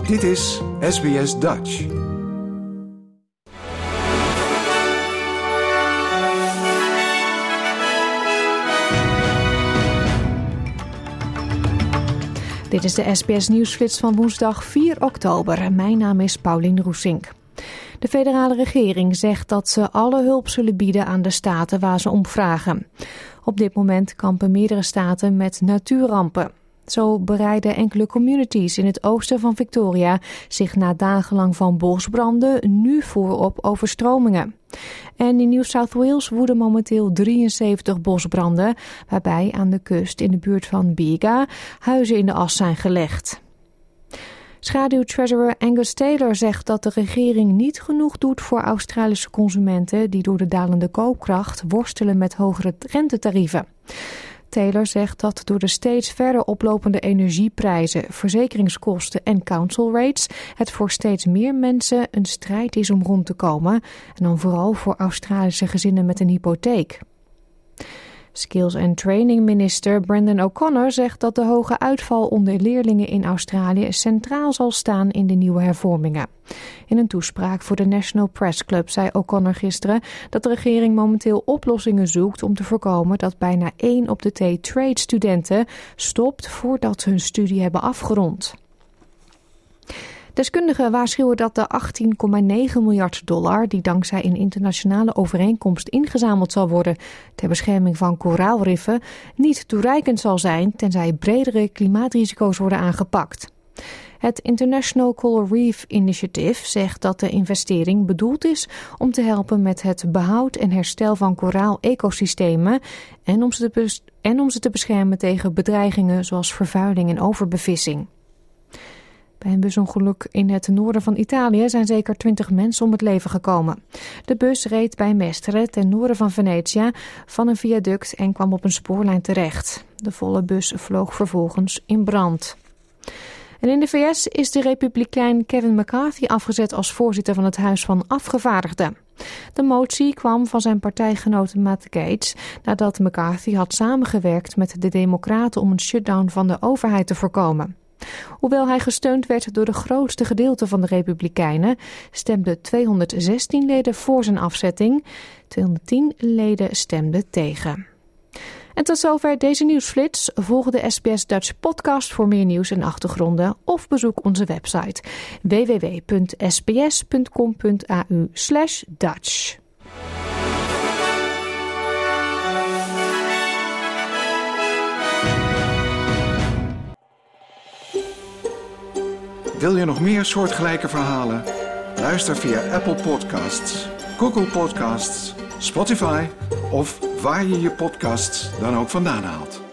Dit is SBS Dutch. Dit is de SBS Nieuwsflits van woensdag 4 oktober. Mijn naam is Paulien Roesink. De federale regering zegt dat ze alle hulp zullen bieden aan de staten waar ze om vragen. Op dit moment kampen meerdere staten met natuurrampen. Zo bereiden enkele communities in het oosten van Victoria zich na dagenlang van bosbranden nu voor op overstromingen. En in New South Wales woeden momenteel 73 bosbranden, waarbij aan de kust in de buurt van Bega huizen in de as zijn gelegd. Schaduwtreasurer Angus Taylor zegt dat de regering niet genoeg doet voor Australische consumenten die door de dalende koopkracht worstelen met hogere rentetarieven. Taylor zegt dat door de steeds verder oplopende energieprijzen, verzekeringskosten en council rates het voor steeds meer mensen een strijd is om rond te komen, en dan vooral voor Australische gezinnen met een hypotheek. Skills and Training minister Brendan O'Connor zegt dat de hoge uitval onder leerlingen in Australië centraal zal staan in de nieuwe hervormingen. In een toespraak voor de National Press Club zei O'Connor gisteren dat de regering momenteel oplossingen zoekt om te voorkomen dat bijna 1 op de 2 trade-studenten stopt voordat ze hun studie hebben afgerond. Deskundigen waarschuwen dat de $18,9 miljard die dankzij een internationale overeenkomst ingezameld zal worden ter bescherming van koraalriffen niet toereikend zal zijn tenzij bredere klimaatrisico's worden aangepakt. Het International Coral Reef Initiative zegt dat de investering bedoeld is om te helpen met het behoud en herstel van koraal-ecosystemen en om ze te beschermen tegen bedreigingen zoals vervuiling en overbevissing. Bij een busongeluk in het noorden van Italië zijn zeker 20 mensen om het leven gekomen. De bus reed bij Mestre ten noorden van Venetië van een viaduct en kwam op een spoorlijn terecht. De volle bus vloog vervolgens in brand. En in de VS is de republikein Kevin McCarthy afgezet als voorzitter van het Huis van Afgevaardigden. De motie kwam van zijn partijgenoot Matt Gaetz nadat McCarthy had samengewerkt met de Democraten om een shutdown van de overheid te voorkomen. Hoewel hij gesteund werd door de grootste gedeelte van de Republikeinen, stemden 216 leden voor zijn afzetting, 210 leden stemden tegen. En tot zover deze nieuwsflits. Volg de SBS Dutch podcast voor meer nieuws en achtergronden of bezoek onze website www.sbs.com.au/Dutch. Wil je nog meer soortgelijke verhalen? Luister via Apple Podcasts, Google Podcasts, Spotify of waar je je podcasts dan ook vandaan haalt.